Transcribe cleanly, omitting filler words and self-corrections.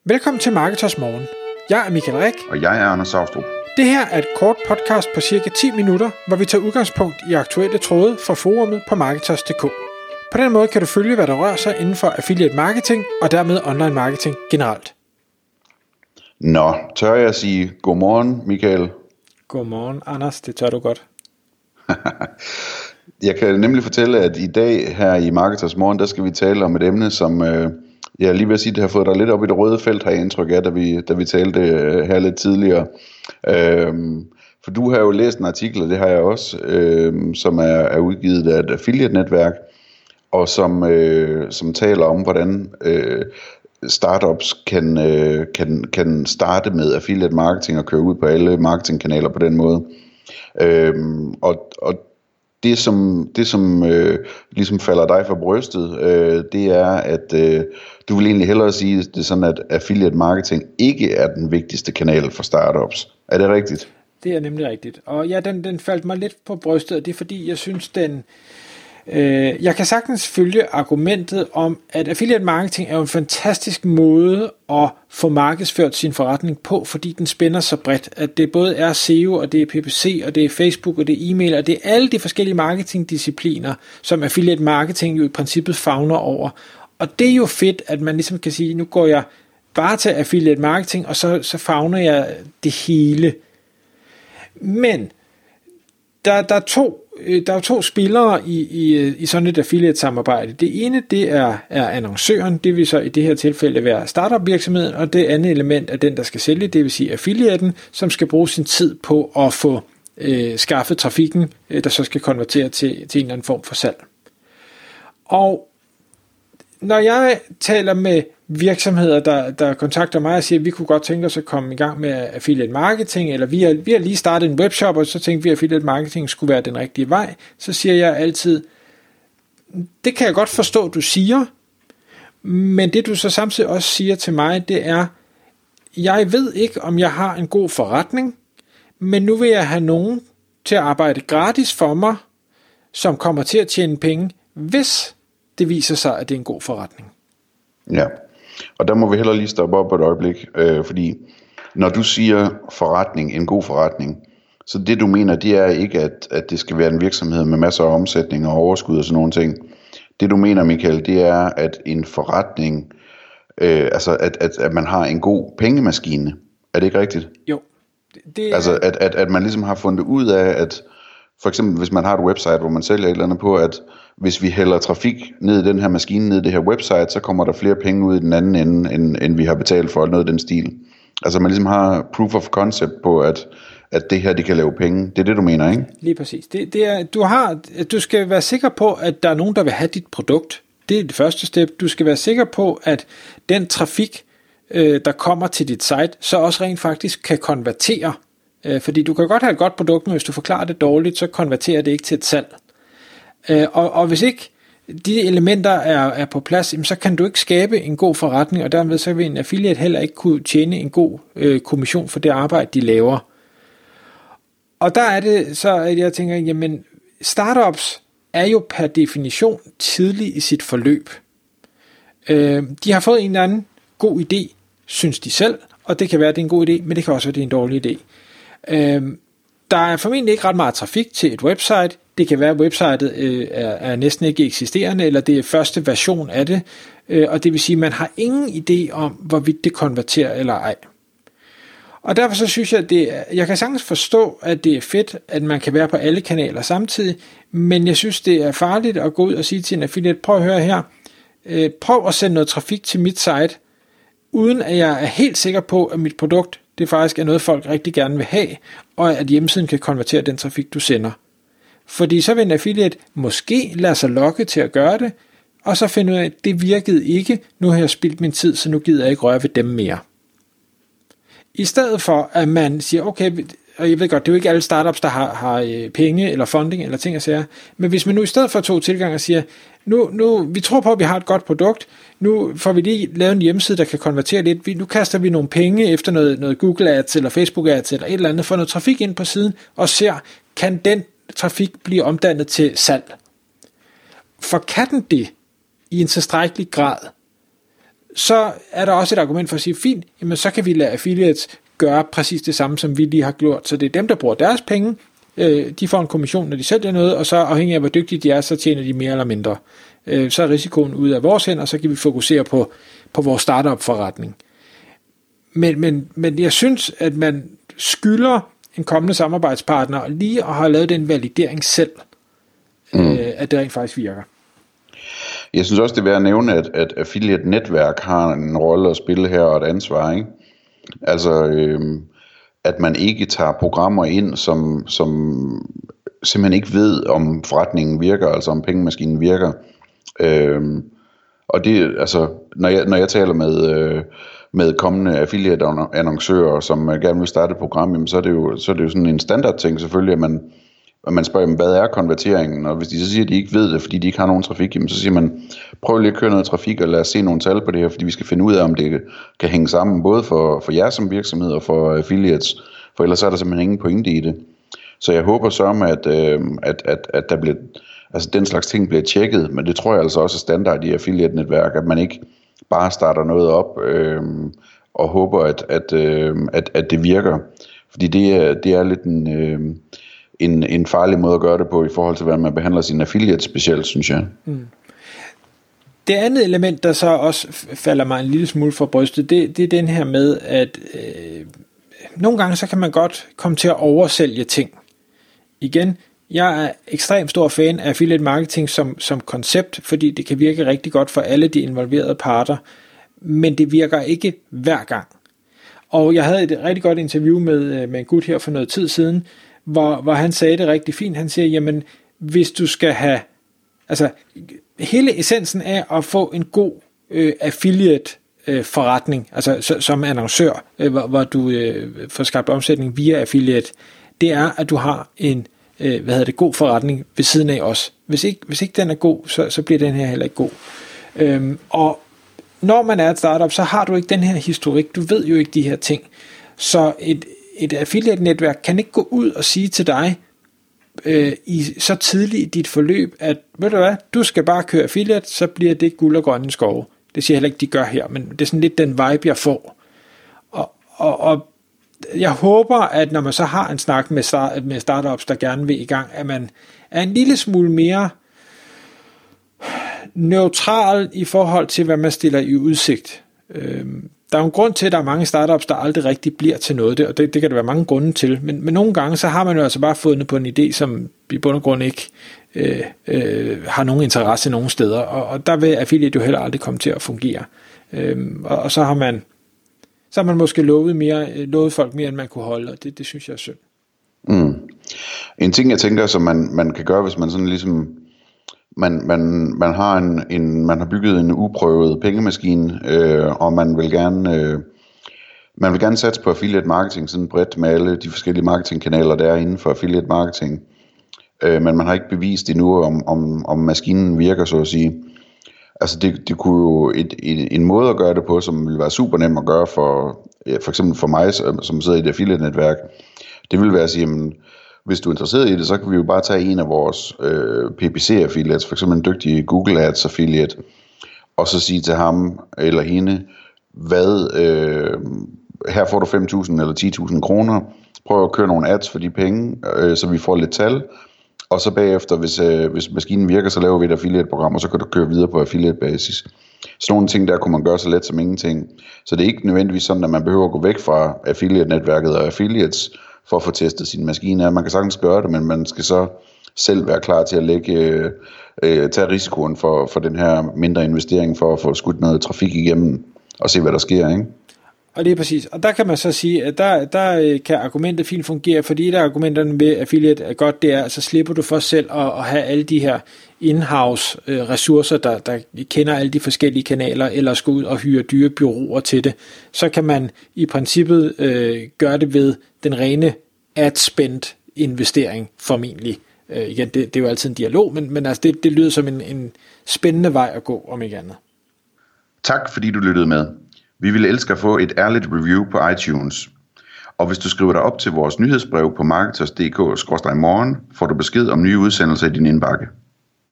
Velkommen til Marketers Morgen. Jeg er Michael Rik. Og jeg er Anders Saustrup. Det her er et kort podcast på cirka 10 minutter, hvor vi tager udgangspunkt i aktuelle tråde fra forumet på Marketers.dk. På den måde kan du følge, hvad der rører sig inden for affiliate marketing og dermed online marketing generelt. Nå, tør jeg sige godmorgen, Michael? Godmorgen, Anders. Det tør du godt. Jeg kan nemlig fortælle, at i dag her i Marketers Morgen, der skal vi tale om et emne, som jeg lige vil sige, det har fået dig lidt op i det røde felt, har jeg indtryk af, da vi talte her lidt tidligere. For du har jo læst en artikel, og det har jeg også, som er udgivet af et affiliate-netværk, og som taler om, hvordan startups kan starte med affiliate marketing og køre ud på alle marketingkanaler på den måde. Og det som ligesom falder dig for brystet, det er, at du vil egentlig hellere sige, det er sådan, at affiliate marketing ikke er den vigtigste kanal for startups. Er det rigtigt? Det er nemlig rigtigt. Og ja, den faldt mig lidt på brystet, og det er fordi, jeg synes, jeg kan sagtens følge argumentet om, at affiliate marketing er jo en fantastisk måde at få markedsført sin forretning på, fordi den spænder så bredt, at det både er SEO, og det er PPC, og det er Facebook, og det er e-mail, og det er alle de forskellige marketingdiscipliner, som affiliate marketing jo i princippet favner over. Og det er jo fedt, at man ligesom kan sige, nu går jeg bare til affiliate marketing, og så favner jeg det hele. Men der er to spillere i sådan et affiliate-samarbejde. Det ene, det er annoncøren, det vil så i det her tilfælde være startup-virksomheden, og det andet element er den, der skal sælge, det vil sige affiliaten, som skal bruge sin tid på at få skaffet trafikken, der så skal konvertere til en eller anden form for salg. Og når jeg taler med virksomheder, der kontakter mig og siger, at vi kunne godt tænke os at komme i gang med affiliate marketing, eller vi har lige startet en webshop, og så tænkte vi, at affiliate marketing skulle være den rigtige vej, så siger jeg altid, det kan jeg godt forstå, du siger, men det du så samtidig også siger til mig, det er, jeg ved ikke, om jeg har en god forretning, men nu vil jeg have nogen til at arbejde gratis for mig, som kommer til at tjene penge, hvis det viser sig, at det er en god forretning. Ja, og der må vi heller lige stoppe op et øjeblik, fordi når du siger forretning, en god forretning, så det du mener, det er ikke, at det skal være en virksomhed med masser af omsætning og overskud og sådan nogle ting. Det du mener, Michael, det er, at en forretning, altså at man har en god pengemaskine. Er det ikke rigtigt? Jo. Altså at man ligesom har fundet ud af, at for eksempel hvis man har et website, hvor man sælger et eller andet på, at hvis vi hælder trafik ned i den her maskine, ned i det her website, så kommer der flere penge ud i den anden ende, end vi har betalt for, noget af den stil. Altså man ligesom har proof of concept på, at det her, det kan lave penge. Det er det, du mener, ikke? Lige præcis. Det er, du skal være sikker på, at der er nogen, der vil have dit produkt. Det er det første step. Du skal være sikker på, at den trafik, der kommer til dit site, så også rent faktisk kan konvertere. Fordi du kan godt have et godt produkt, men hvis du forklarer det dårligt, så konverterer det ikke til et salg. Og hvis ikke de elementer er på plads, så kan du ikke skabe en god forretning, og dermed så vil en affiliate heller ikke kunne tjene en god kommission for det arbejde, de laver. Og der er det så, at jeg tænker, jamen startups er jo per definition tidlig i sit forløb. De har fået en eller anden god idé, synes de selv, og det kan være, at det er en god idé, men det kan også være, at det er en dårlig idé. Der er formentlig ikke ret meget trafik til et website. Det kan være, at websitet er næsten ikke eksisterende, eller det er første version af det, og det vil sige, at man har ingen idé om, hvorvidt det konverterer eller ej. Og derfor så synes jeg, jeg kan sagtens forstå, at det er fedt, at man kan være på alle kanaler samtidig, men jeg synes, det er farligt at gå ud og sige til en affiliate, prøv at høre her, prøv at sende noget trafik til mit site, uden at jeg er helt sikker på, at mit produkt, det faktisk er noget, folk rigtig gerne vil have, og at hjemmesiden kan konvertere den trafik, du sender. Fordi så vil en affiliate måske lade sig lokke til at gøre det, og så finde ud af, at det virkede ikke, nu har jeg spildt min tid, så nu gider jeg ikke røre ved dem mere. I stedet for, at man siger, okay, og jeg ved godt, det er jo ikke alle startups, der har penge eller funding eller ting at sige, men hvis man nu i stedet for to tilgange siger, nu vi tror på, at vi har et godt produkt, nu får vi lige lavet en hjemmeside, der kan konvertere lidt, nu kaster vi nogle penge efter noget Google Ads eller Facebook Ads eller et eller andet, får noget trafik ind på siden, og ser, kan den trafik blive omdannet til salg? For kan den det i en tilstrækkelig grad, så er der også et argument for at sige, fint, jamen så kan vi lade affiliates gøre præcis det samme, som vi lige har gjort. Så det er dem, der bruger deres penge, de får en kommission, når de sælger noget, og så afhængig af, hvor dygtige de er, så tjener de mere eller mindre. Så er risikoen ude af vores hænder, og så kan vi fokusere på vores startup-forretning. Men jeg synes, at man skylder en kommende samarbejdspartner lige at have lavet den validering selv, at det rent faktisk virker. Jeg synes også, det er værd at nævne, at affiliate-netværk har en rolle at spille her og et ansvar, ikke? Altså, at man ikke tager programmer ind, som simpelthen ikke ved, om forretningen virker, altså om pengemaskinen virker. Og det, altså, når jeg taler med kommende affiliate-annoncører, som gerne vil starte et program, jamen, så er det jo sådan en standardting selvfølgelig, at man spørger dem, hvad er konverteringen, og hvis de så siger, at de ikke ved det, fordi de ikke har nogen trafik, jamen, så siger man, prøv lige at køre noget trafik, og lad os se nogle tal på det her, fordi vi skal finde ud af, om det kan hænge sammen, både for jer som virksomhed og for affiliates, for ellers er der simpelthen ingen pointe i det. Så jeg håber så, at der bliver, altså den slags ting bliver tjekket, men det tror jeg altså også er standard i affiliate-netværk, at man ikke bare starter noget op og håber, at det virker, fordi det er lidt en farlig måde at gøre det på i forhold til, hvordan man behandler sine affiliates specielt, synes jeg. Det andet element, der så også falder mig en lille smule for brystet, det er den her med, at nogle gange så kan man godt komme til at oversælge ting. Igen, jeg er ekstremt stor fan af affiliate marketing som koncept, fordi det kan virke rigtig godt for alle de involverede parter, men det virker ikke hver gang. Og jeg havde et rigtig godt interview med en gut her for noget tid siden, hvor han sagde det rigtig fint. Han siger, jamen hvis du skal have, altså hele essensen af at få en god affiliate forretning, altså som annoncør, hvor du får skabt omsætning via affiliate, det er, at du har en god forretning ved siden af os. Hvis ikke den er god, så bliver den her heller ikke god. Og når man er et startup, så har du ikke den her historik, du ved jo ikke de her ting. Så et affiliate-netværk kan ikke gå ud og sige til dig så tidligt i dit forløb, at ved du hvad, du skal bare køre affiliate, så bliver det guld og grønne skove. Det siger jeg heller ikke, de gør her, men det er sådan lidt den vibe, jeg får. Og jeg håber, at når man så har en snak med startups, der gerne vil i gang, at man er en lille smule mere neutral i forhold til, hvad man stiller i udsigt. Der er jo en grund til, at der er mange startups, der aldrig rigtig bliver til noget, og det kan der være mange grunde til, men nogle gange, så har man jo altså bare fundet på en idé, som i bund og grund ikke har nogen interesse nogen steder, og der vil affiliate jo heller aldrig komme til at fungere. Og så har man måske lovet folk mere, end man kunne holde, og det synes jeg er synd. En ting, jeg tænker, som man kan gøre, hvis man sådan ligesom man har bygget en uprøvet pengemaskine, og man vil gerne satse på affiliate marketing sådan bredt med alle de forskellige marketingkanaler, der er inden for affiliate marketing. Men man har ikke bevist endnu, om maskinen virker, så at sige. Altså det kunne jo en måde at gøre det på, som ville være super nem at gøre for eksempel for mig, som sidder i et affiliate-netværk. Det ville være at sige, jamen, hvis du er interesseret i det, så kan vi jo bare tage en af vores PPC-affiliates, for eksempel en dygtig Google Ads affiliate, og så sige til ham eller hende, her får du 5.000 eller 10.000 kroner, prøv at køre nogle ads for de penge, så vi får lidt tal, og så bagefter, hvis maskinen virker, så laver vi et affiliate-program, og så kan du køre videre på affiliate-basis. Så nogle ting der kunne man gøre så let som ingenting. Så det er ikke nødvendigvis sådan, at man behøver at gå væk fra affiliate-netværket og affiliates, for at få testet sin maskine. Man kan sagtens gøre det, men man skal så selv være klar til at tage risikoen for den her mindre investering, for at få skudt noget trafik igennem, og se hvad der sker, ikke? Og det er præcis. Og der kan man så sige, at der kan argumentet fint fungere, fordi der argumenterne ved affiliate er godt, det er, så slipper du for selv at have alle de her in-house ressourcer, der kender alle de forskellige kanaler, eller skal ud og hyre dyre bureauer til det. Så kan man i princippet gøre det ved den rene ad-spend investering formentlig. Igen, det er jo altid en dialog, men altså det lyder som en spændende vej at gå, om ikke andet. Tak fordi du lyttede med. Vi ville elske at få et ærligt review på iTunes. Og hvis du skriver dig op til vores nyhedsbrev på marketers.dk/morgen, får du besked om nye udsendelser i din indbakke.